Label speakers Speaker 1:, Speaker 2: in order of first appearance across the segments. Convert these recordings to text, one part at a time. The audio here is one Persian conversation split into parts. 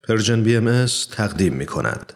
Speaker 1: پرژن BMS تقدیم می کند.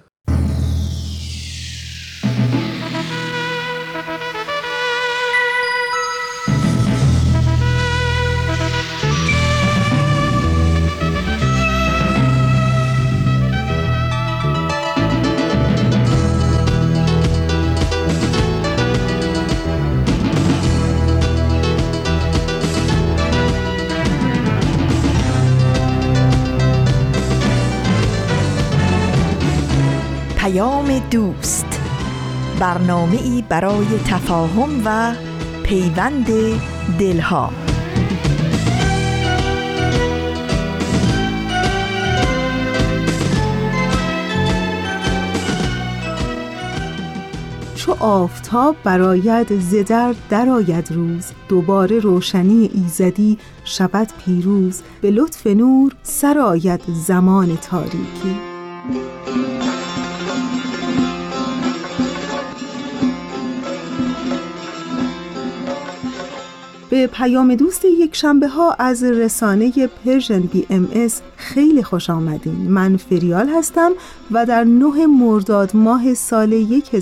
Speaker 2: دوست، برنامه‌ای برای تفاهم و پیوند دلها.
Speaker 3: چو آفتاب براید ز در درآید روز، دوباره روشنی ایزدی شود پیروز، به لطف نور سرآید زمان تاریکی. به پیام دوست یک شنبه ها از رسانه پرژن BMS خیلی خوش آمدین. من فریال هستم و در 9 مرداد ماه سال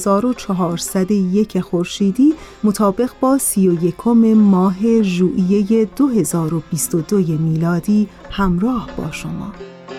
Speaker 3: 1401 خورشیدی مطابق با 31 ماه ژوئیه 2022 میلادی همراه با شما.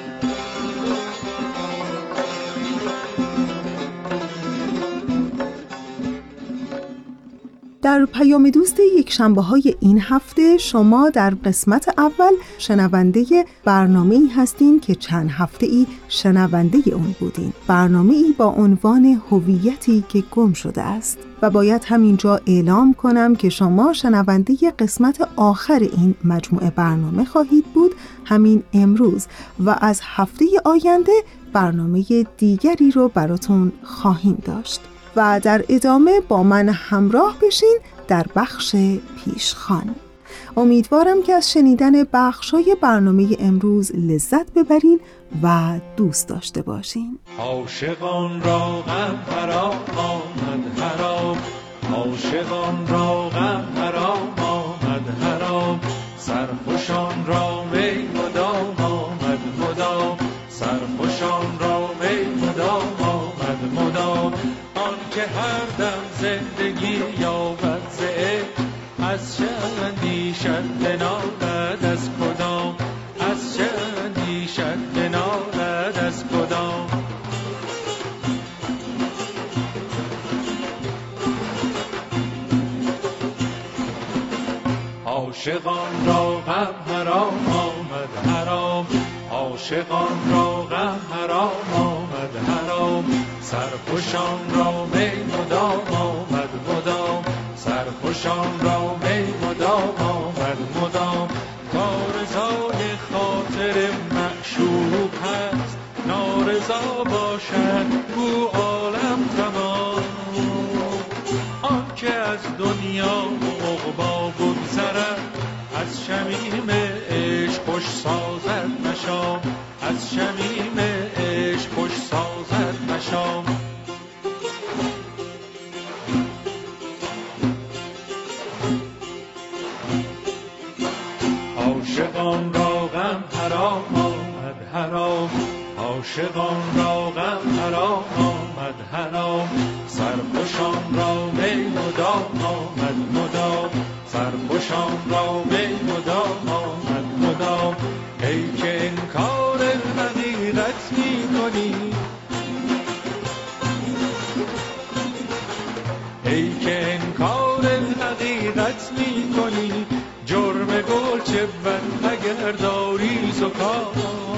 Speaker 3: در پیام دوست یک شنبه های این هفته شما در قسمت اول شنونده برنامه‌ای هستین که چند هفته ای شنونده اون بودین. برنامه‌ای با عنوان هویتی که گم شده است و باید همینجا اعلام کنم که شما شنونده قسمت آخر این مجموعه برنامه خواهید بود همین امروز و از هفته آینده برنامه دیگری رو براتون خواهیم داشت. و در ادامه با من همراه بشین در بخش پیشخوان. امیدوارم که از شنیدن بخشای برنامه امروز لذت ببرین و دوست داشته باشین.
Speaker 4: عاشقان را غم حرام آمد حرام، عاشقان را غم حرام آمد حرام، سرخوشان را می مدام آمد مدام، سرخوشان را می مدام آمد مدام، که هر دم زندگی یابد ز عشق، از چه اندیشد بنالد از کدام، از چه اندیشد بنالد از کدام. عاشقان را غم حرام آمد حرام، عاشقان را غم حرام آمد حرام، سرخوشان را می مدام آمد مدام، سرخوشان را می مدام آمد مدام. کارزای خاطر معشوق هست، نارضا باشد گو عالم تمام، آن که از دنیا و عقبی بگذرد، از شمیم عشق خوش سازد مشام، از شمیم عشق خوش سازد مشام. عاشقان را غم حرام آمد حرام، عاشقان را غم حرام آمد حرام، سرخوشان را می مدام آمد مدام، سرخوشان را می مدام آمد مدام. ای که انکار حقیقت می کنی، ای که انکار حقیقت می کنی، جرم گل چه بود اگر داری زکام.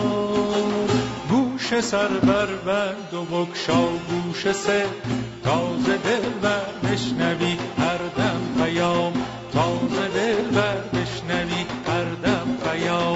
Speaker 4: گوش سر بربند و بگشا گوش سه، تازه دل بر بشنوی هر دم پیام، تازه دل بر بشنوی هر دم پیام.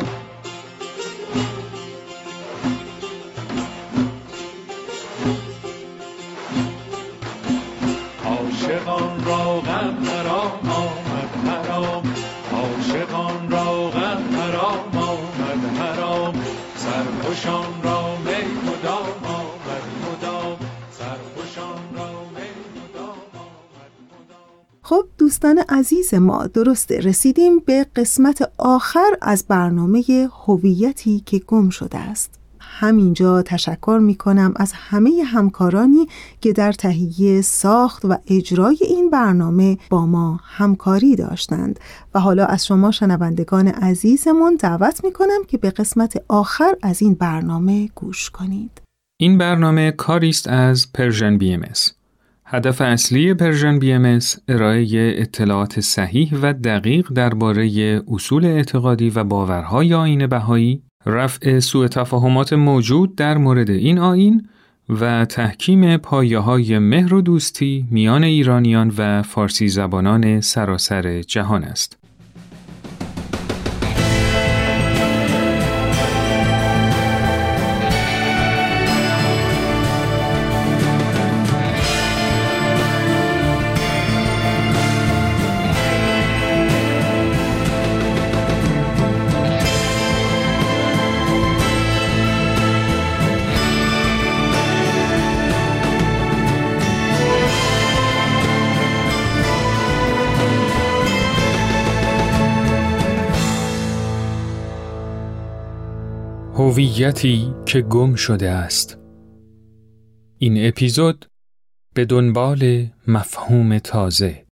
Speaker 4: عاشقان را غم حرام آمد حرام، عاشقان را غم حرام آمد حرام، سرخوشان را می مدام آمد مدام، سرخوشان را می مدام آمد مدام.
Speaker 3: خب دوستان عزیز ما، درسته رسیدیم به قسمت آخر از برنامه هویتی که گم شده است. همینجا تشکر میکنم از همه همکارانی که در تهیه، ساخت و اجرای این برنامه با ما همکاری داشتند و حالا از شما شنوندگان عزیزمون دعوت میکنم که به قسمت آخر از این برنامه گوش کنید.
Speaker 5: این برنامه کاری است از پرژن BMS. هدف اصلی پرژن BMS ارائه اطلاعات صحیح و دقیق درباره اصول اعتقادی و باورهای آیین بهایی، رفع سوء تفاهمات موجود در مورد این آیین و تحکیم پایه‌های مهر و دوستی میان ایرانیان و فارسی زبانان سراسر جهان است. هویتی که گم شده است. این اپیزود به دنبال مفهوم تازه.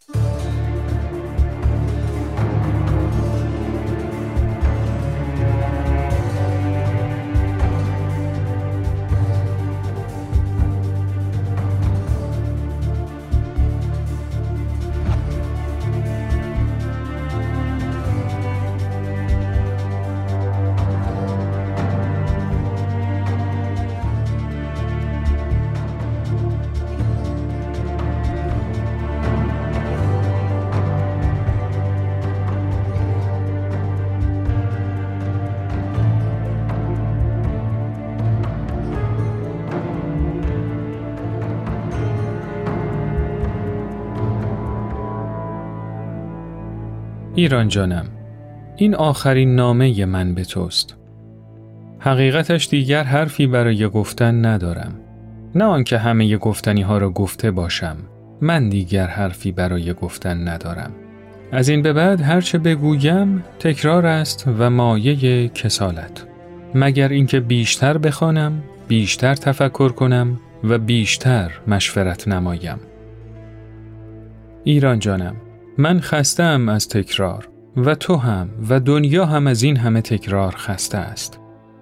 Speaker 5: ایران جانم، این آخرین نامه من به توست. حقیقتش دیگر حرفی برای گفتن ندارم. نه آنکه همه گفتنی ها را گفته باشم، من دیگر حرفی برای گفتن ندارم. از این به بعد هرچه بگویم تکرار است و مایه کسالت. مگر اینکه بیشتر بخوانم، بیشتر تفکر کنم و بیشتر مشورت نمایم. ایران جانم، من خسته‌ام از تکرار و تو هم و دنیا هم از این همه تکرار خسته است.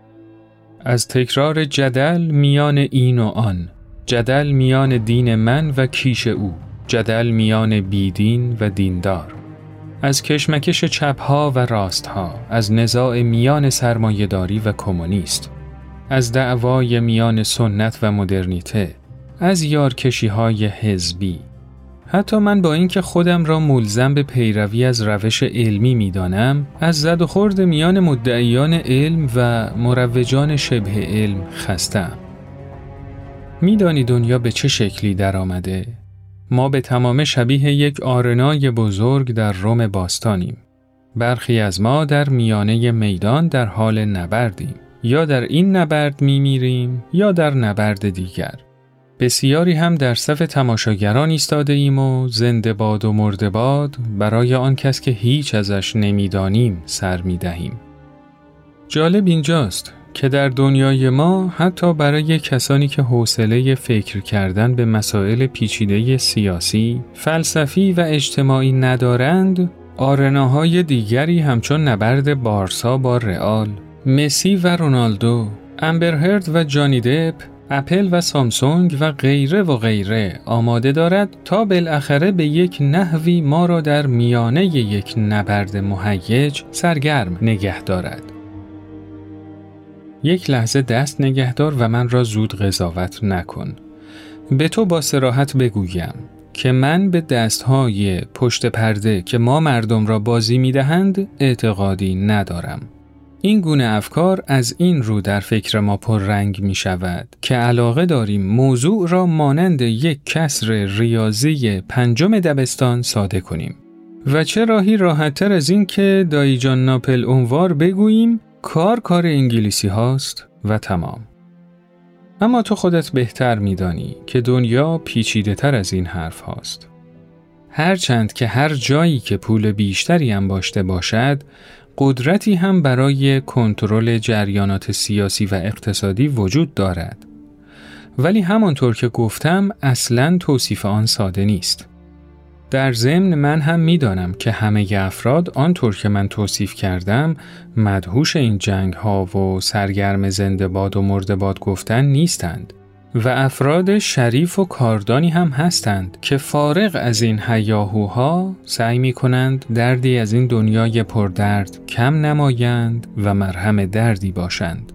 Speaker 5: از تکرار جدل میان این و آن، جدل میان دین من و کیش او، جدل میان بیدین و دیندار، از کشمکش چپها و راستها، از نزاع میان سرمایه‌داری و کمونیست، از دعوای میان سنت و مدرنیته، از یارکشی‌های حزبی. حتی من با اینکه خودم را ملزم به پیروی از روش علمی می‌دانم، از زد و خورد میان مدعیان علم و مروجان شبه علم خسته‌ام. می‌دانی دنیا به چه شکلی در آمده؟ ما به تمام شبیه یک آرنای بزرگ در روم باستانیم. برخی از ما در میانه میدان در حال نبردیم. یا در این نبرد می‌میریم یا در نبرد دیگر. بسیاری هم در صف تماشاگران ایستاده ایم و زنده باد و مرده باد برای آن کس که هیچ ازش نمیدانیم سر میدهیم. جالب اینجاست که در دنیای ما حتی برای کسانی که حوصله فکر کردن به مسائل پیچیده سیاسی، فلسفی و اجتماعی ندارند، آرناهای دیگری همچون نبرد بارسا با رئال، مسی و رونالدو، امبر هرد و جانی دپ، اپل و سامسونگ و غیره آماده دارد تا بالاخره به یک نحوی ما را در میانه یک نبرد مهیج سرگرم نگه دارد. یک لحظه دست نگهدار و من را زود قضاوت نکن. به تو با صراحت بگویم که من به دستهای پشت پرده که ما مردم را بازی می‌دهند اعتقادی ندارم. این گونه افکار از این رو در فکر ما پررنگ می شود که علاقه داریم موضوع را مانند یک کسر ریاضی پنجم دبستان ساده کنیم. و چه راهی راحت‌تر از این که دایی جان ناپل اونوار بگوییم کار انگلیسی هاست و تمام. اما تو خودت بهتر می دانی که دنیا پیچیده تر از این حرف هاست. هرچند که هر جایی که پول بیشتری انباشته باشد، قدرتی هم برای کنترل جریانات سیاسی و اقتصادی وجود دارد. ولی همانطور که گفتم اصلاً توصیف آن ساده نیست. در ضمن من هم می‌دانم که همه افراد آنطور که من توصیف کردم مدهوش این جنگ‌ها و سرگرم زنده باد و مرده باد گفتن نیستند و افراد شریف و کاردانی هم هستند که فارغ از این هیاهوها سعی می‌کنند دردی از این دنیای پردرد کم نمایند و مرهم دردی باشند.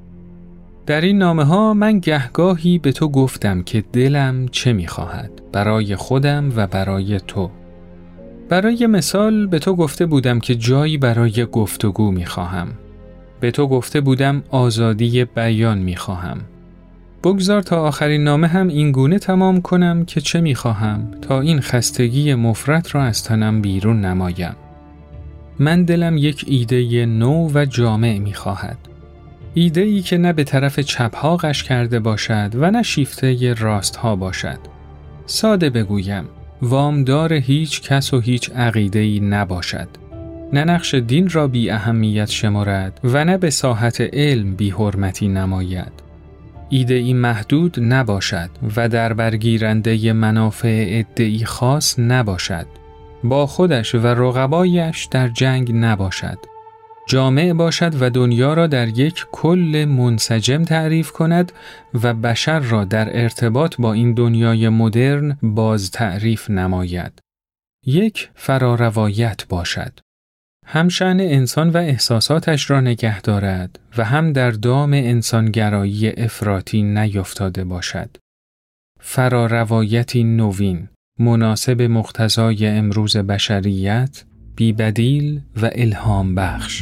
Speaker 5: در این نامه‌ها من گهگاهی به تو گفتم که دلم چه می‌خواهد برای خودم و برای تو. برای مثال به تو گفته بودم که جایی برای گفتگو می‌خواهم. به تو گفته بودم آزادی بیان می‌خواهم. بگذار تا آخرین نامه هم این گونه تمام کنم که چه می‌خواهم تا این خستگی مفرط را از تنم بیرون نمایم. من دلم یک ایده نو و جامع می‌خواهد. ایده‌ای که نه به طرف چپ‌ها غش کرده باشد و نه شیفته راست‌ها باشد. ساده بگویم، وامدار هیچ کس و هیچ عقیده‌ای نباشد. نه نقش دین را بی اهمیت شمارد و نه به ساحت علم بی حرمتی نماید. ایده‌ای محدود نباشد و در برگیرنده منافع عده‌ای خاص نباشد. با خودش و رقبایش در جنگ نباشد. جامع باشد و دنیا را در یک کل منسجم تعریف کند و بشر را در ارتباط با این دنیای مدرن باز تعریف نماید. یک فراروایت باشد. هم شأن انسان و احساساتش را نگه دارد و هم در دام انسانگرایی افراطی نیفتاده باشد. فراروایتی نوین، مناسب مقتضای امروز بشریت، بی‌بدیل و الهام بخش.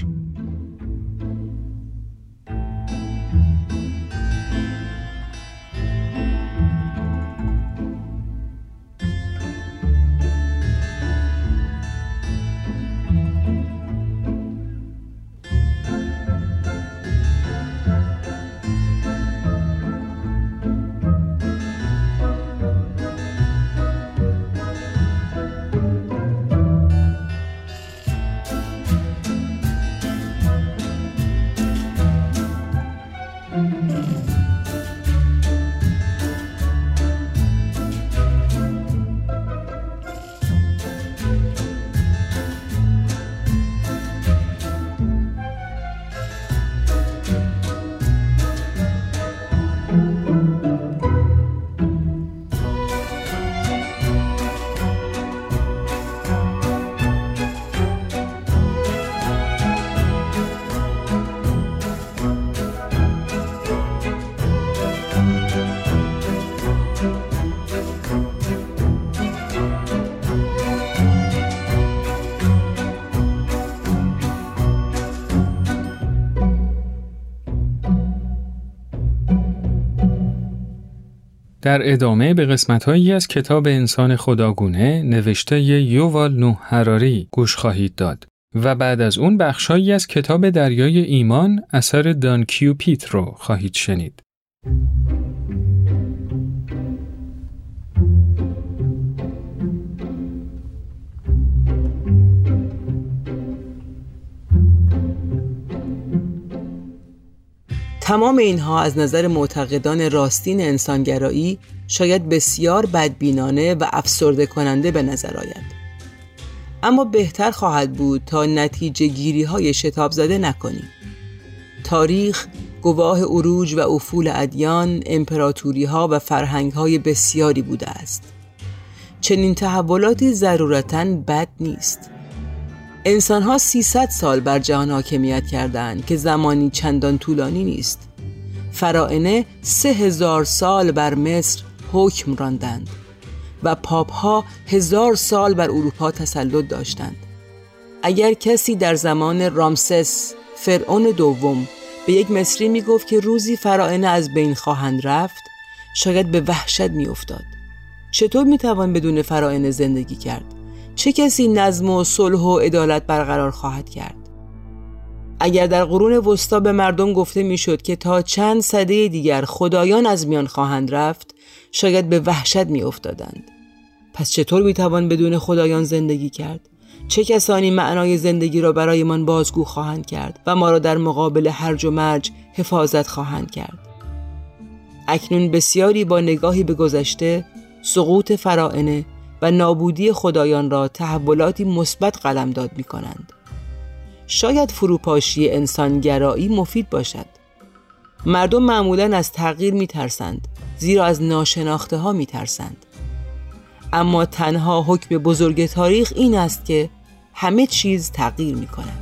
Speaker 5: در ادامه به قسمت‌هایی از کتاب انسان خداگونه نوشته یووال نوح هراری گوش خواهید داد و بعد از اون بخش‌هایی از کتاب دریای ایمان اثر دان کیوپیت رو خواهید شنید.
Speaker 6: تمام اینها از نظر معتقدان راستین انسانگرایی شاید بسیار بدبینانه و افسرده کننده به نظر آید. اما بهتر خواهد بود تا نتیجه گیری های شتاب زده نکنیم. تاریخ گواه عروج و افول ادیان، امپراتوری ها و فرهنگ های بسیاری بوده است. چنین تحولاتی ضرورتاً بد نیست. انسان ها 300 سال بر جهان حاکمیت کردند که زمانی چندان طولانی نیست. فراعنه 3000 سال بر مصر حکم راندند و پاپ ها 1000 سال بر اروپا تسلط داشتند. اگر کسی در زمان رامسس فرعون دوم به یک مصری می گفت که روزی فراعنه از بین خواهند رفت، شاید به وحشت می افتاد. چطور می توان بدون فراعنه زندگی کرد؟ چه کسی نظم و صلح و عدالت برقرار خواهد کرد؟ اگر در قرون وسطا به مردم گفته میشد که تا چند سده دیگر خدایان از میان خواهند رفت، شاید به وحشت می افتادند. پس چطور می توان بدون خدایان زندگی کرد؟ چه کسانی معنای زندگی را برایمان بازگو خواهند کرد و ما را در مقابل هرج و مرج حفاظت خواهند کرد؟ اکنون بسیاری با نگاهی به گذشته، سقوط فراعنه و نابودی خدایان را تحولاتی مثبت قلمداد می‌کنند. شاید فروپاشی انسانگرایی مفید باشد. مردم معمولاً از تغییر می‌ترسند، زیرا از ناشناخته ها می‌ترسند. اما تنها حکم بزرگ تاریخ این است که همه چیز تغییر می‌کند.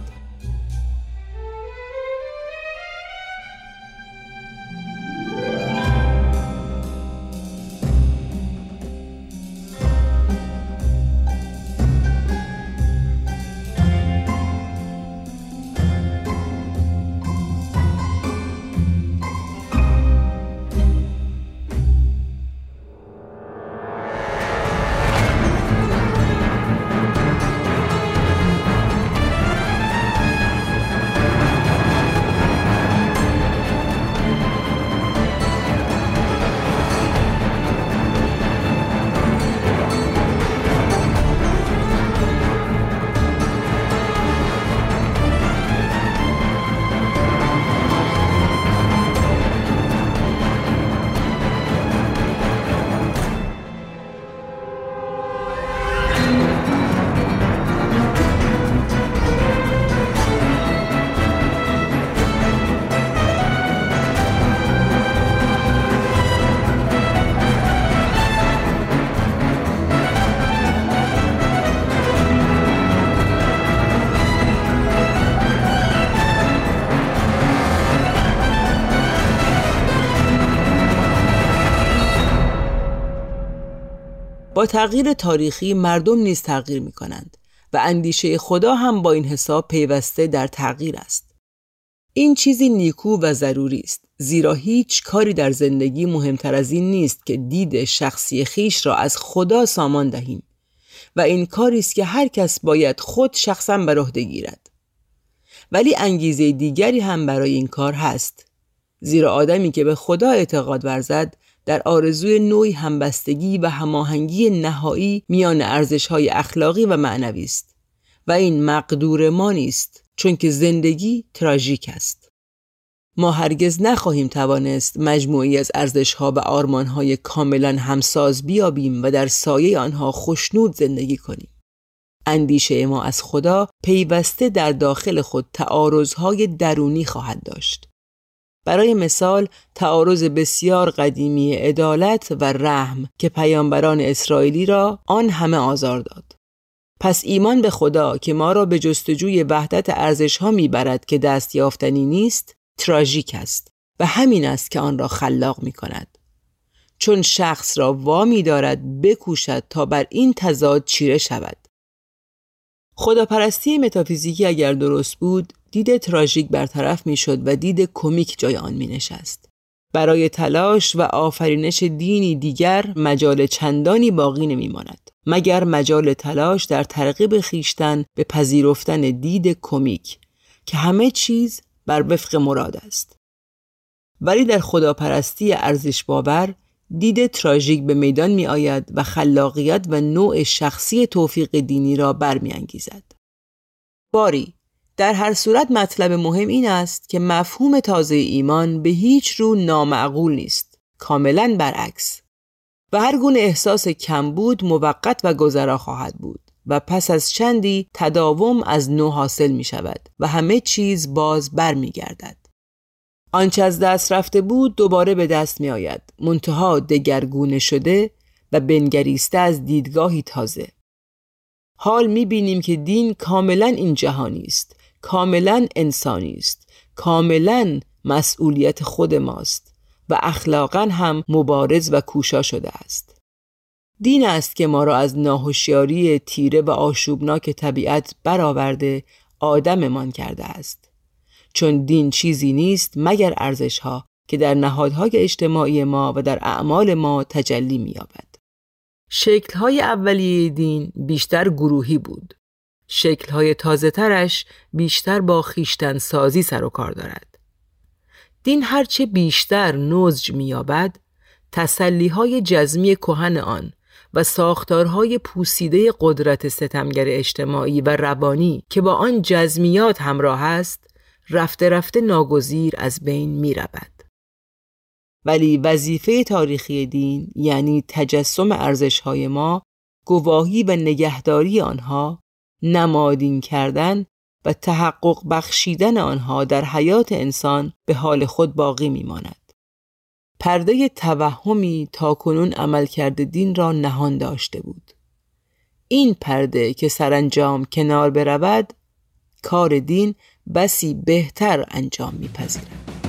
Speaker 6: با تغییر تاریخی مردم نیز تغییر می کنند و اندیشه خدا هم با این حساب پیوسته در تغییر است. این چیزی نیکو و ضروری است، زیرا هیچ کاری در زندگی مهمتر از این نیست که دید شخصی خیش را از خدا سامان دهیم و این کاری است که هر کس باید خود شخصاً بر عهده گیرد. ولی انگیزه دیگری هم برای این کار هست، زیرا آدمی که به خدا اعتقاد ورزد در آرزوی نوعی همبستگی و هماهنگی نهایی میان ارزش‌های اخلاقی و معنوی است و این مقدور ما نیست، چون که زندگی تراژیک است. ما هرگز نخواهیم توانست مجموعی از ارزش‌ها و آرمان‌های کاملاً همساز بیابیم و در سایه آنها خوشنود زندگی کنیم. اندیشه ما از خدا پیوسته در داخل خود تعارض‌های درونی خواهد داشت. برای مثال تعارض بسیار قدیمی عدالت و رحم که پیامبران اسرائیلی را آن همه آزار داد. پس ایمان به خدا که ما را به جستجوی وحدت ارزش‌ها می‌برد که دست یافتنی نیست، تراژیک است و همین است که آن را خلاق می‌کند. چون شخص را وامی دارد بکوشد تا بر این تضاد چیره شود. خداپرستی متافیزیکی اگر درست بود، دید تراژیک برطرف میشد و دید کمیک جای آن می نشست. برای تلاش و آفرینش دینی دیگر مجال چندانی باقی نمی ماند، مگر مجال تلاش در ترغیب خیشتن به پذیرفتن دید کمیک که همه چیز بر وفق مراد است. ولی در خداپرستی ارزش باور، دید تراژیک به میدان می آید و خلاقیت و نوع شخصی توفیق دینی را برمی انگیزد. باری در هر صورت مطلب مهم این است که مفهوم تازه ایمان به هیچ رو نامعقول نیست، کاملاً برعکس. و هر گونه احساس کمبود موقت و گذرا خواهد بود و پس از چندی تداوم از نو حاصل می شود و همه چیز باز بر می گردد. آنچه از دست رفته بود دوباره به دست می آید، منتها دگرگونه شده و بنگریسته از دیدگاهی تازه. حال می بینیم که دین کاملاً این جهانی است، کاملاً انسانی است، کاملاً مسئولیت خود ماست و اخلاقاً هم مبارز و کوشا شده است. دین است که ما را از ناهوشیاری تیره و آشوبناک طبیعت برآورده آدممان کرده است. چون دین چیزی نیست مگر ارزش‌ها که در نهادهای اجتماعی ما و در اعمال ما تجلی می‌یابد. شکل‌های اولیه دین بیشتر گروهی بود. شکل‌های تازه‌ترش بیشتر با خویشتن‌سازی سر و کار دارد. دین هرچه بیشتر نضج می‌یابد، تسلی‌های جزمی کهن آن و ساختارهای پوسیده قدرت ستمگر اجتماعی و روانی که با آن جزمیات همراه است، رفته رفته ناگزیر از بین می رود. ولی وظیفه تاریخی دین، یعنی تجسم ارزش‌های ما، گواهی و نگهداری آنها، نمادین کردن و تحقق بخشیدن آنها در حیات انسان به حال خود باقی می‌ماند. پرده توهمی تاکنون عملکرد دین را نهان داشته بود. این پرده که سرانجام کنار برود، کار دین بسی بهتر انجام می‌پذیرد.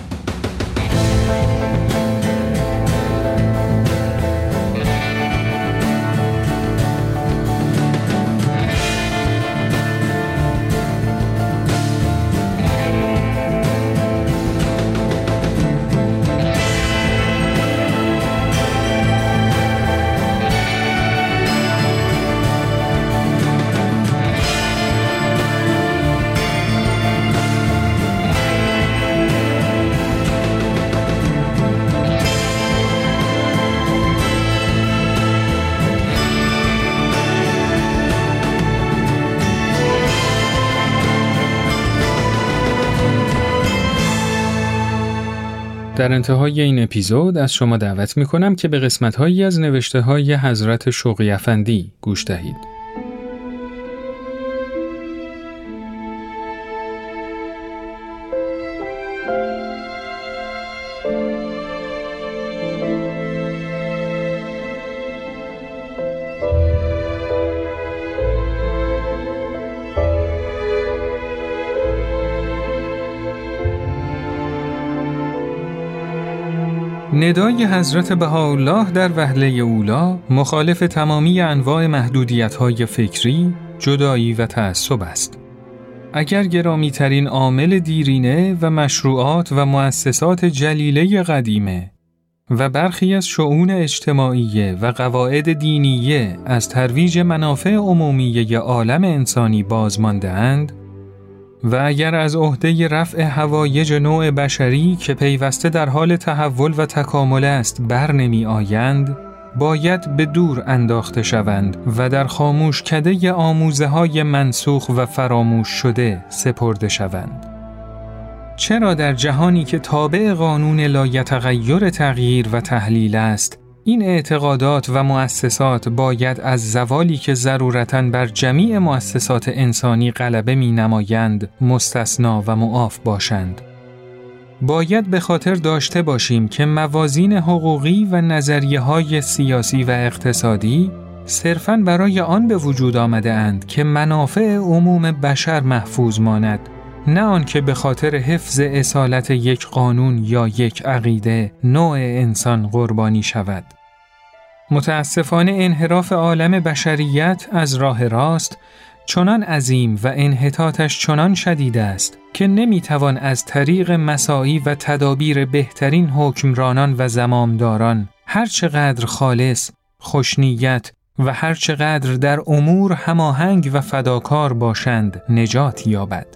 Speaker 5: در انتهای این اپیزود از شما دعوت می‌کنم که به قسمت‌هایی از نوشته‌های حضرت شوقی افندی گوش دهید. ندای حضرت بهاءالله در وهله اولی مخالف تمامی انواع محدودیت‌های فکری، جدایی و تعصب است. اگر گرامی‌ترین عامل دیرینه و مشروعات و مؤسسات جلیله قدیمه و برخی از شؤون اجتماعیه و قواعد دینیه از ترویج منافع عمومیه عالم انسانی بازمانده‌اند، و اگر از عهده رفع حوایج نوع بشری که پیوسته در حال تحول و تکامل است بر نمی آیند، باید به دور انداخته شوند و در خاموشکده آموزه‌های منسوخ و فراموش شده سپرده شوند. چرا در جهانی که تابع قانون لایتغیر تغییر و تحلیل است، این اعتقادات و مؤسسات باید از زوالی که ضرورتاً بر جمیع مؤسسات انسانی غلبه می نمایند مستثنا و معاف باشند؟ باید به خاطر داشته باشیم که موازین حقوقی و نظریه‌های سیاسی و اقتصادی صرفاً برای آن به وجود آمده اند که منافع عموم بشر محفوظ ماند، نه آن که به خاطر حفظ اصالت یک قانون یا یک عقیده نوع انسان قربانی شود. متاسفانه انحراف عالم بشریت از راه راست چنان عظیم و انحطاطش چنان شدید است که نمیتوان از طریق مساعی و تدابیر بهترین حکمرانان و زمامداران هرچقدر خالص، خوشنیت و هرچقدر در امور هماهنگ و فداکار باشند نجات یابد.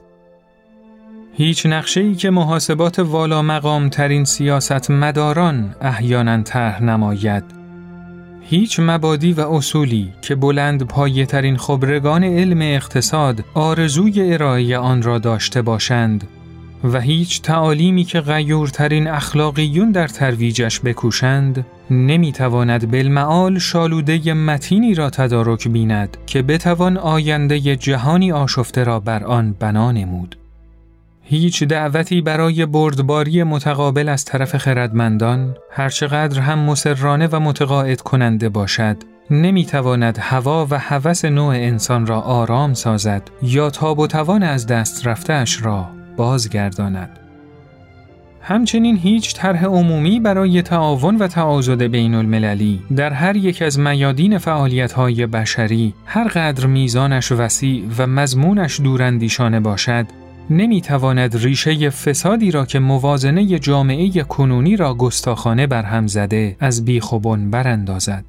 Speaker 5: هیچ نقشه‌ای که محاسبات والا مقام ترین سیاست مداران احیاناً طرح نماید، هیچ مبادی و اصولی که بلند پایه ترین خبرگان علم اقتصاد آرزوی ارائه آن را داشته باشند و هیچ تعالیمی که غیورترین اخلاقیون در ترویجش بکوشند، نمیتواند بالمعال شالوده متینی را تدارک بیند که بتوان آینده جهانی آشفته را بر آن بنا نمود. هیچ دعوتی برای بردباری متقابل از طرف خردمندان، هرچقدر هم مصرانه و متقاعد کننده باشد، نمیتواند هوا و هوس نوع انسان را آرام سازد یا تاب و توان از دست رفته‌اش را بازگرداند. همچنین هیچ طرح عمومی برای تعاون و تعاضد بین المللی در هر یک از میادین فعالیت‌های بشری، هر قدر میزانش وسیع و مضمونش دوراندیشانه باشد، نمیتواند ریشه فسادی را که موازنه جامعه کنونی را گستاخانه برهم زده از بیخ و بن براندازد.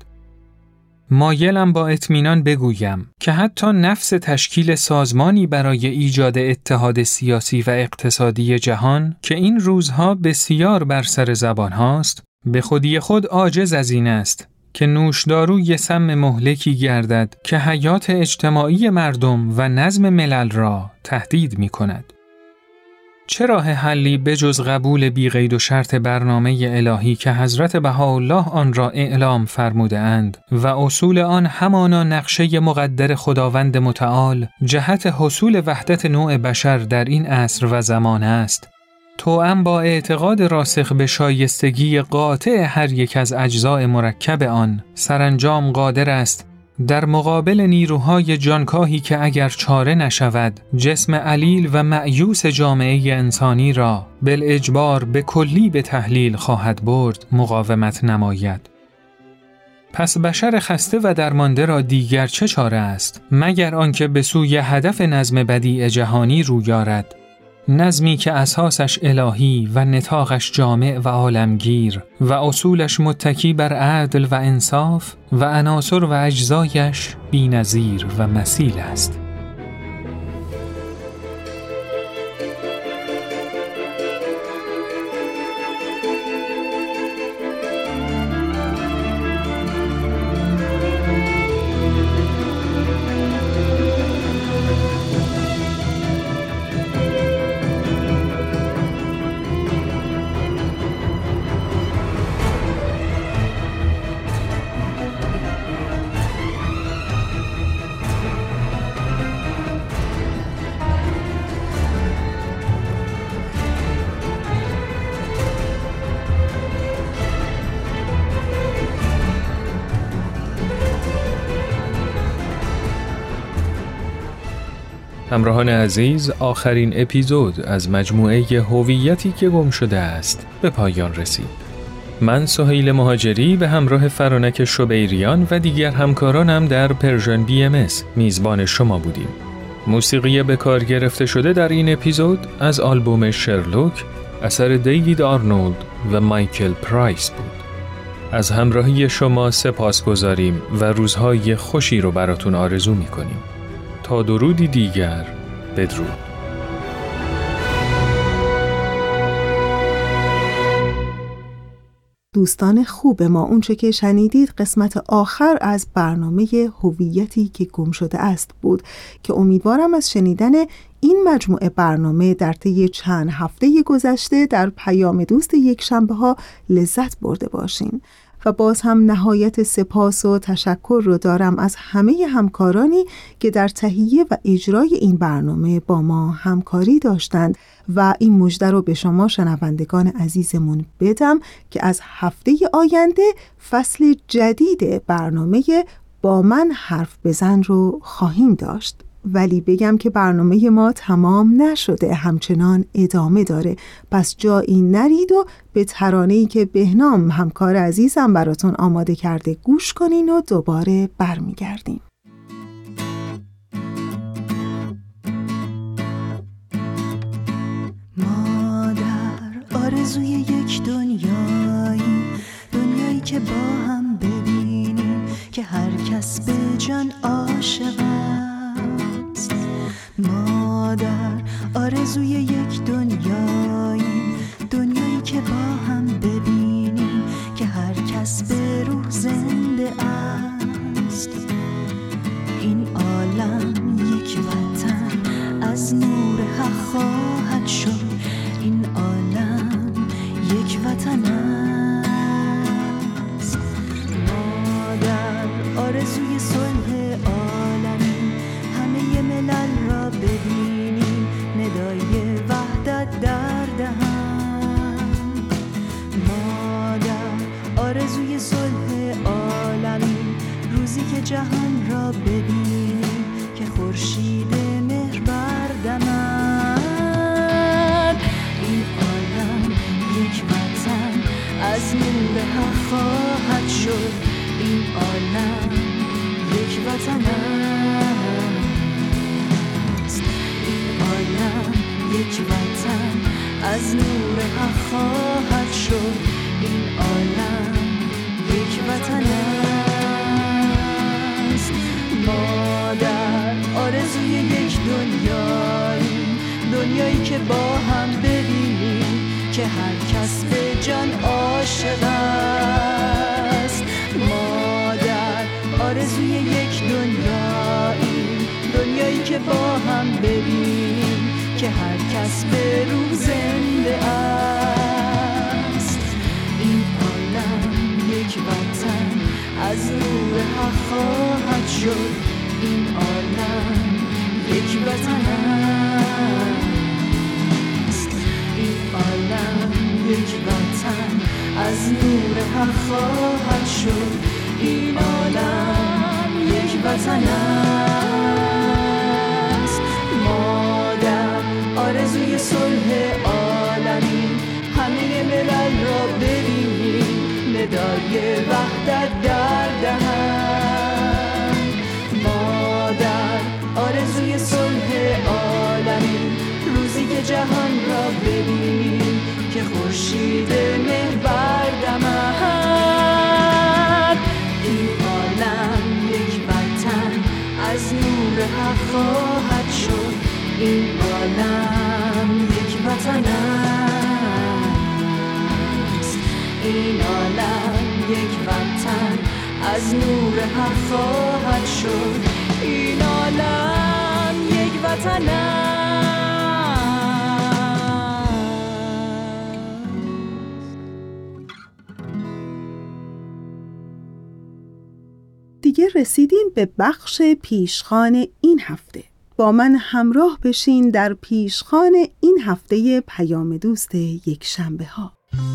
Speaker 5: مایلم با اطمینان بگویم که حتی نفس تشکیل سازمانی برای ایجاد اتحاد سیاسی و اقتصادی جهان که این روزها بسیار بر سر زبان هاست، به خودی خود عاجز از این است که نوشداروی سم مهلکی گردد که حیات اجتماعی مردم و نظم ملل را تهدید می کند. چه راه حلی بجز قبول بی قید و شرط برنامه الهی که حضرت بهاءالله آن را اعلام فرموده اند و اصول آن همانا نقشه مقدر خداوند متعال جهت حصول وحدت نوع بشر در این عصر و زمان است، توأم با اعتقاد راسخ به شایستگی قاطع هر یک از اجزاء مرکب آن، سرانجام قادر است در مقابل نیروهای جانکاهی که اگر چاره نشود جسم علیل و مأیوس جامعه انسانی را بالاجبار به کلی به تحلیل خواهد برد مقاومت نماید. پس بشر خسته و درمانده را دیگر چه چاره است مگر آنکه به سوی هدف نظم بدیع جهانی رو یارد، نظمی که اساسش الهی و نطاقش جامع و عالمگیر و اصولش متکی بر عدل و انصاف و عناصر و اجزایش بی‌نظیر و مثیل است. همراهان عزیز، آخرین اپیزود از مجموعه هویتی که گم شده است به پایان رسید. من سهیل مهاجری به همراه فرانک شبیریان و دیگر همکارانم در پرژن BMS میزبان شما بودیم. موسیقی به کار گرفته شده در این اپیزود از آلبوم شرلوک اثر دیوید آرنولد و مایکل پرایس بود. از همراهی شما سپاسگزاریم و روزهای خوشی رو براتون آرزو می‌کنیم. تا درودی دیگر، بدرود.
Speaker 3: دوستان خوب ما، اونچه که شنیدید قسمت آخر از برنامه هویتی که گم شده است بود که امیدوارم از شنیدن این مجموعه برنامه در طی چند هفته گذشته در پیام دوست یک شنبه ها لذت برده باشین. و باز هم نهایت سپاس و تشکر رو دارم از همه همکارانی که در تهیه و اجرای این برنامه با ما همکاری داشتند و این مژده رو به شما شنوندگان عزیزمون بدم که از هفته آینده فصل جدید برنامه با من حرف بزن رو خواهیم داشت. ولی بگم که برنامه ما تمام نشده، همچنان ادامه داره، پس جایی نرید و به ترانه‌ای که بهنام همکار عزیزم براتون آماده کرده گوش کنین و دوباره برمیگردیم.
Speaker 7: ما در آرزوی یک دنیایی که با هم ببینیم که هر کس به جان عاشق است. ما در آرزوی یک دنیایی که با هم ببینیم که هر کس به روح زنده است. این عالم یک وطن از نور حق خواهد شد. این عالم یک وطن است. ما در آرزوی صلح عالمی همه ملل را ببینیم، ندای وحدت در دهن. ما در آرزوی صلح عالمی روزی که جهان را ببینیم که خورشید مهر بردمد. این عالم یک وطن از نور حق خواهد شد. این عالم یک وطن است. این عالم یک وطن از نور حق خواهد شد. این عالم یک وطن است. ما در آرزوی یک دنیایی که با هم ببینیم که هر کس به جان عاشق است. ما با هم ببینیم که هر کس به روح زنده است. این عالم یک وطن از نور حق خواهد شد. این عالم یک وطن است. این عالم یک وطن از نور حق خواهد شد. این عالم یک وطن است. ما در آرزوی صلح عالمی همه ملل را ببینیم، ندای وحدت در دهن. ما در آرزوی صلح عالمی روزی که جهان را ببینیم که خورشید مهر بردمد. این عالم یک وطن از نور حق خواهد شد. این عالم یک وطن است. این عالم یک وطن از نور حق خواهد شد. این عالم یک وطن است.
Speaker 3: دیگه رسیدیم به بخش پیشخوان این هفته. با من همراه بشین در پیشخوان این هفته پیام دوست یک شنبه ها.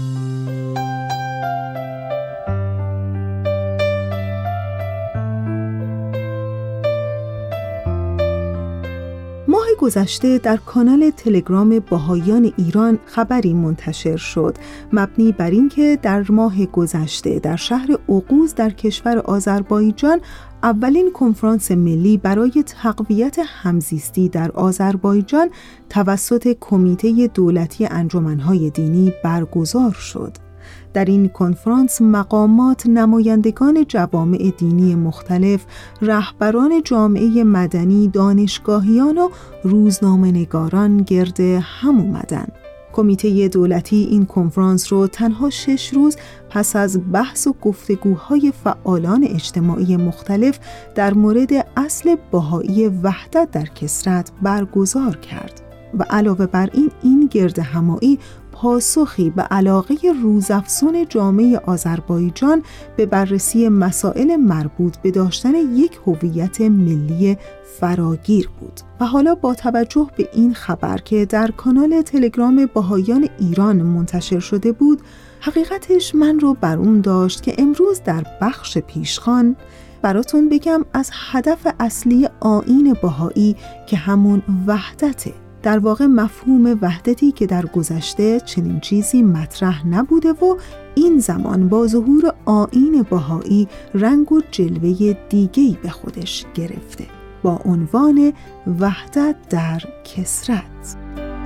Speaker 3: ماه گذشته در کانال تلگرام بهائیان ایران خبری منتشر شد مبنی بر اینکه در ماه گذشته در شهر اوغوز در کشور آذربایجان اولین کنفرانس ملی برای تقویت همزیستی در آذربایجان توسط کمیته دولتی انجمن‌های دینی برگزار شد. در این کنفرانس مقامات، نمایندگان جوامع دینی مختلف، رهبران جامعه مدنی، دانشگاهیان و روزنامه‌نگاران گرد هم اومدن. کمیته دولتی این کنفرانس رو تنها 6 روز پس از بحث و گفتگوهای فعالان اجتماعی مختلف در مورد اصل بهایی وحدت در کثرت برگزار کرد و علاوه بر این گرد همایی پاسخی به علاقه روزافزون جامعه آذربایجان به بررسی مسائل مربوط به داشتن یک هویت ملی فراگیر بود. و حالا با توجه به این خبر که در کانال تلگرام بهائیان ایران منتشر شده بود، حقیقتش من رو بر اون داشت که امروز در بخش پیشخوان براتون بگم از هدف اصلی آیین بهایی که همون وحدته. در واقع مفهوم وحدتی که در گذشته چنین چیزی مطرح نبوده و این زمان با ظهور آیین بهایی رنگ و جلوه دیگه‌ای به خودش گرفته با عنوان وحدت در کثرت.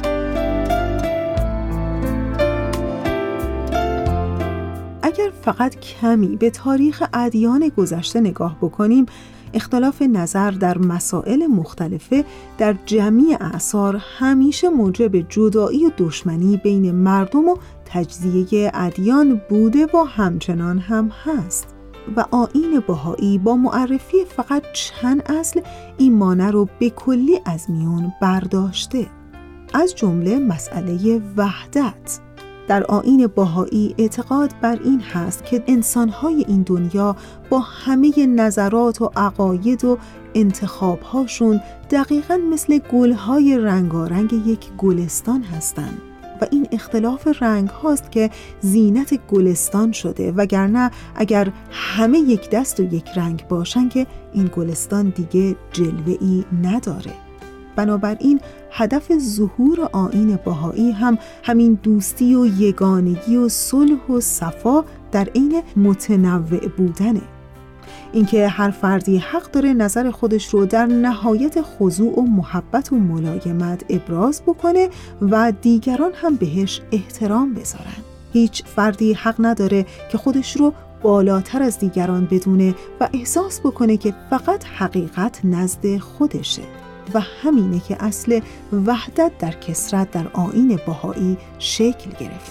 Speaker 3: اگر فقط کمی به تاریخ ادیان گذشته نگاه بکنیم، اختلاف نظر در مسائل مختلفه در جمعی اعصار همیشه موجب جدایی و دشمنی بین مردم و تجزیه ادیان بوده و همچنان هم هست. و آیین بهایی با معرفی فقط چند اصل این مانع رو به کلی از میون برداشته، از جمله مسئله وحدت. در آیین بهایی اعتقاد بر این هست که انسان‌های این دنیا با همه نظرات و عقاید و انتخاب‌هاشون دقیقاً مثل گل‌های رنگارنگ یک گلستان هستند و این اختلاف رنگ هاست که زینت گلستان شده، وگرنه اگر همه یک دست و یک رنگ باشن که این گلستان دیگه جلوه‌ای نداره. بنابراین هدف ظهور آیین بهایی هم همین دوستی و یگانگی و صلح و صفا در عین متنوع بودنه. اینکه هر فردی حق داره نظر خودش رو در نهایت خضوع و محبت و ملایمت ابراز بکنه و دیگران هم بهش احترام بذارن. هیچ فردی حق نداره که خودش رو بالاتر از دیگران بدونه و احساس بکنه که فقط حقیقت نزد خودشه. و همینه که اصل وحدت در کثرت در آیین بهایی شکل گرفته.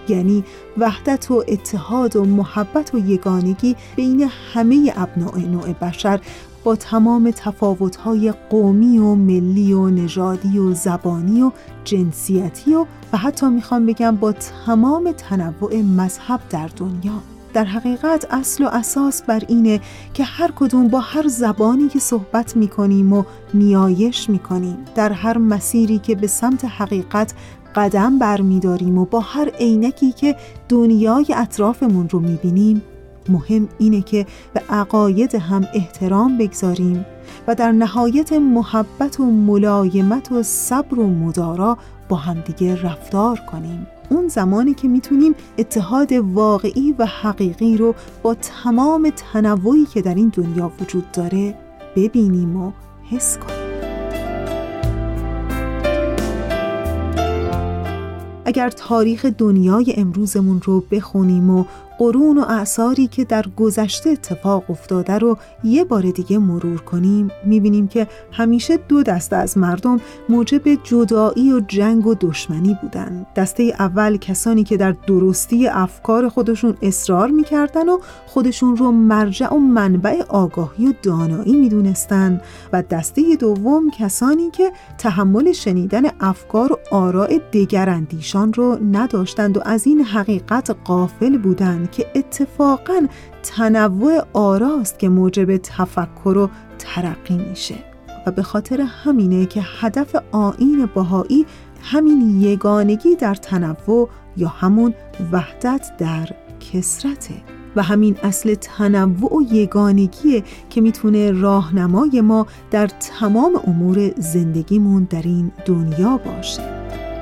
Speaker 3: یعنی وحدت و اتحاد و محبت و یگانگی بین همه ابناء نوع بشر با تمام تفاوت‌های قومی و ملی و نژادی و زبانی و جنسیتی و حتی میخوام بگم با تمام تنوع مذهب در دنیا. در حقیقت اصل و اساس بر اینه که هر کدوم با هر زبانی که صحبت میکنیم و نیایش میکنیم، در هر مسیری که به سمت حقیقت قدم برمیداریم و با هر عینکی که دنیای اطرافمون رو میبینیم، مهم اینه که به عقاید هم احترام بگذاریم و در نهایت محبت و ملایمت و صبر و مدارا با همدیگه رفتار کنیم. اون زمانی که میتونیم اتحاد واقعی و حقیقی رو با تمام تنوعی که در این دنیا وجود داره ببینیم و حس کنیم. اگر تاریخ دنیای امروزمون رو بخونیم و قرون و اعصاری که در گذشته اتفاق افتاده رو یه بار دیگه مرور کنیم، میبینیم که همیشه دو دسته از مردم موجب جدایی و جنگ و دشمنی بودن. دسته اول کسانی که در درستی افکار خودشون اصرار میکردن و خودشون رو مرجع و منبع آگاهی و دانایی میدونستن و دسته دوم کسانی که تحمل شنیدن افکار و آراء دگراندیشان رو نداشتند و از این حقیقت غافل بودند که اتفاقاً تنوع آراست که موجب تفکر و ترقی میشه و به خاطر همینه که هدف آیین بهایی همین یگانگی در تنوع یا همون وحدت در کثرته و همین اصل تنوع و یگانگیه که میتونه راهنمای ما در تمام امور زندگیمون در این دنیا باشه.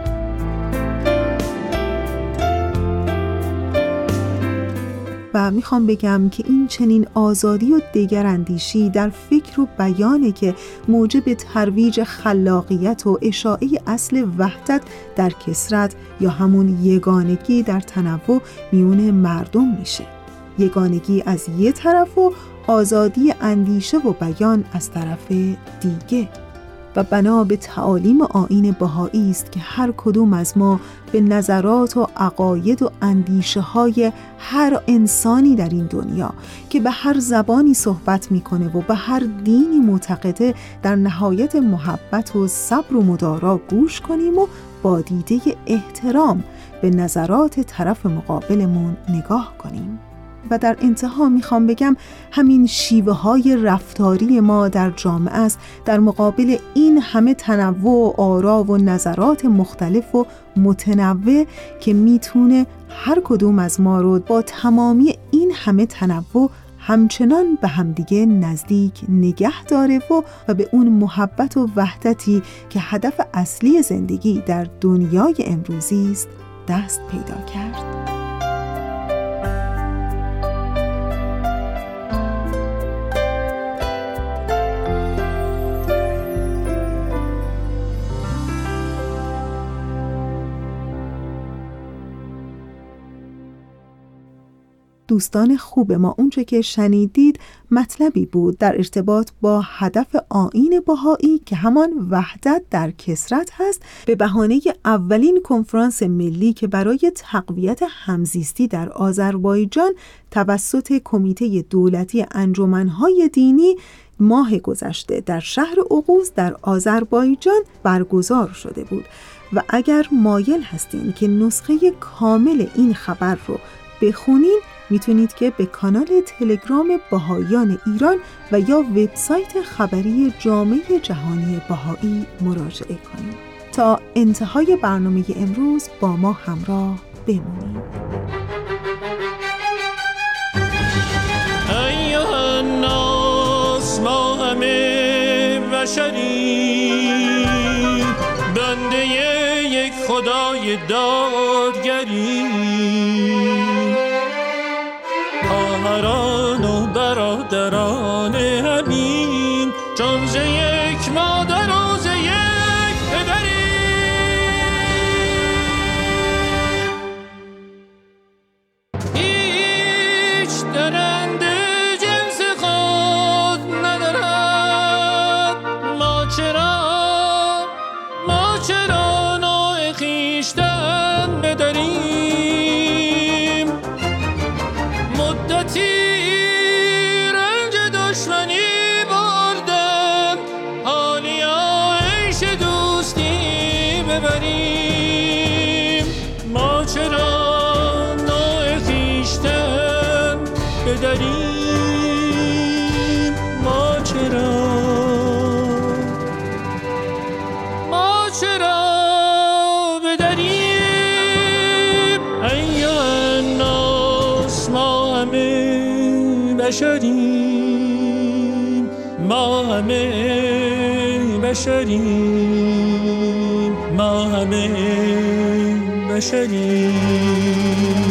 Speaker 3: و میخوام بگم که این چنین آزادی و دگراندیشی در فکر و بیانه که موجب ترویج خلاقیت و اشاعه اصل وحدت در کثرت یا همون یگانگی در تنوع میون مردم میشه. یگانگی از یه طرف و آزادی اندیشه و بیان از طرف دیگه. و بنا به تعالیم آیین بهایی است که هر کدوم از ما به نظرات و عقاید و اندیشه های هر انسانی در این دنیا که به هر زبانی صحبت میکنه و به هر دینی معتقده در نهایت محبت و صبر و مدارا گوش کنیم و با دیده احترام به نظرات طرف مقابلمون نگاه کنیم. و در انتها میخوام بگم همین شیوه های رفتاری ما در جامعه است در مقابل این همه تنوع و آرا و نظرات مختلف و متنوع که میتونه هر کدوم از ما رو با تمامی این همه تنوع همچنان به همدیگه نزدیک نگه داره و به اون محبت و وحدتی که هدف اصلی زندگی در دنیای امروزی است دست پیدا کرد. دوستان خوب ما، اونچه که شنیدید مطلبی بود در ارتباط با هدف آیین بهایی که همان وحدت در کثرت هست به بهانه اولین کنفرانس ملی که برای تقویت همزیستی در آذربایجان توسط کمیته دولتی انجمنهای دینی ماه گذشته در شهر اوغوز در آذربایجان برگزار شده بود. و اگر مایل هستین که نسخه کامل این خبر رو بخونین میتونید که به کانال تلگرام بهائیان ایران و یا وبسایت خبری جامعه جهانی بهایی مراجعه کنید. تا انتهای برنامه امروز با ما همراه بمونید.
Speaker 4: ایها الناس، ما همه بشریم، بنده یک خدای دادگری، خواهران و برادران همین، چون ز یک مادر و ز یک پدریم. هیچ درنده جنس خود ندارد، ما چرا نوع خویشتن بداریم. مدتی رنج دشمنی بردم، حالیا عیش دوستی ببریم. ما چرا نوع خویشتن بدریم؟ ما چرا بدریم؟ ایا الناس ما همه بشریم، ما همه بشریم، ما همه بشریم.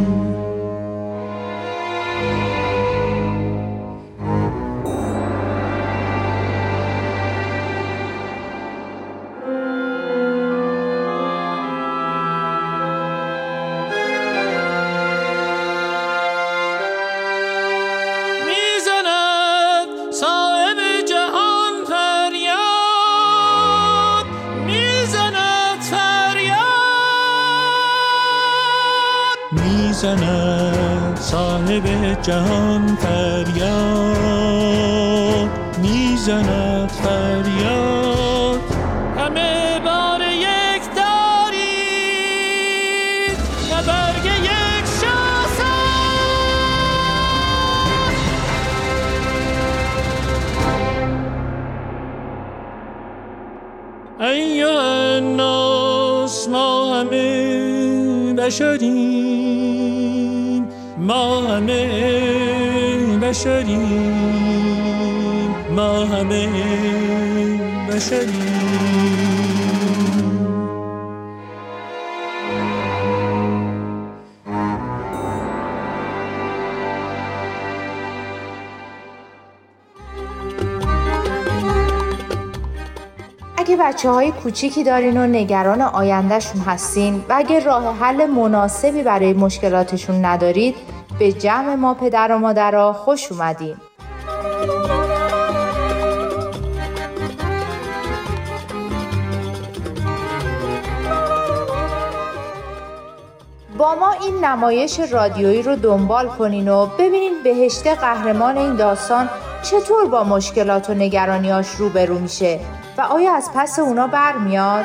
Speaker 4: میزند صاحب جهان فریاد، میزند فریاد. همه بار یک دارید و برگ یک شاخه. ایا الناس ما همه بشریم، ما همه بشریم، ما همه بشریم.
Speaker 8: اگه بچه‌های کوچیکی دارین و نگران آیندهشون هستین و اگه راه حل مناسبی برای مشکلاتشون ندارید، به جمع ما پدر و مادرها خوش اومدین. با ما این نمایش رادیویی رو دنبال کنین و ببینین بهشته قهرمان این داستان چطور با مشکلات و نگرانیاش روبرو میشه و آیا از پس اونا برمیاد؟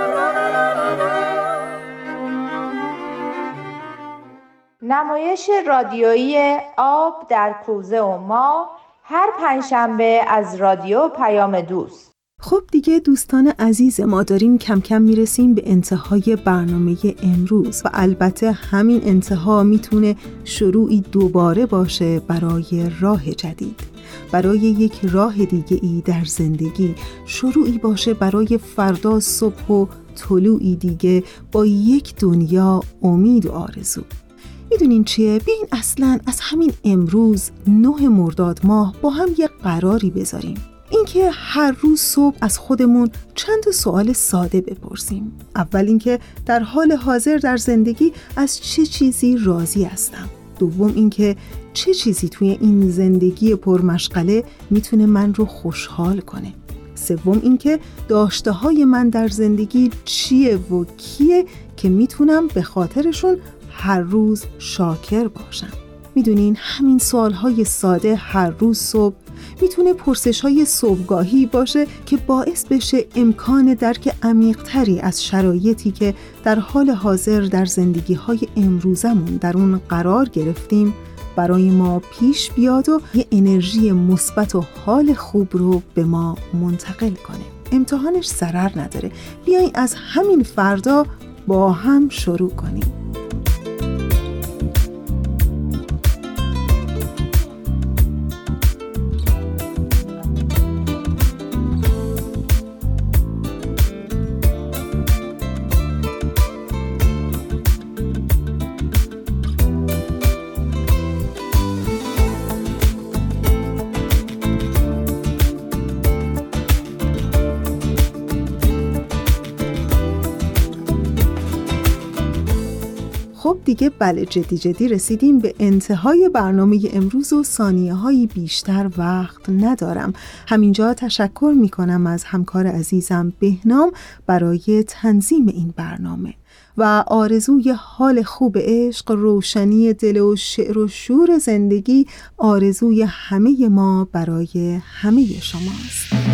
Speaker 8: نمایش رادیویی آب در کوزه و ما هر پنجشنبه از رادیو پیام دوست.
Speaker 3: خب دیگه دوستان عزیز ما داریم کم کم میرسیم به انتهای برنامه امروز و البته همین انتها میتونه شروعی دوباره باشه برای راه جدید، برای یک راه دیگه ای در زندگی، شروعی باشه برای فردا صبح و طلوعی دیگه با یک دنیا امید و آرزو. میدونین چیه؟ بیاین اصلاً از همین امروز 9 مرداد ماه با هم یک قراری بذاریم. اینکه هر روز صبح از خودمون چند سوال ساده بپرسیم. اول اینکه در حال حاضر در زندگی از چه چیزی راضی هستم. دوم اینکه چه چیزی توی این زندگی پرمشغله میتونه من رو خوشحال کنه. سوم اینکه داشته‌های من در زندگی چیه و کیه که میتونم به خاطرشون هر روز شاکر باشم. میدونین همین سوالهای ساده هر روز صبح میتونه پرسش‌های صبحگاهی باشه که باعث بشه امکان درک عمیق‌تری از شرایطی که در حال حاضر در زندگی‌های امروزمون در اون قرار گرفتیم برای ما پیش بیاد و یه انرژی مثبت و حال خوب رو به ما منتقل کنه. امتحانش ضرر نداره. بیاین از همین فردا با هم شروع کنیم. خب دیگه بله، جدی رسیدیم به انتهای برنامه امروز و ثانیه‌هایی بیشتر وقت ندارم. همینجا تشکر میکنم از همکار عزیزم بهنام برای تنظیم این برنامه و آرزوی حال خوب عشق، روشنی دل و شعر و شور زندگی آرزوی همه ما برای همه شماست.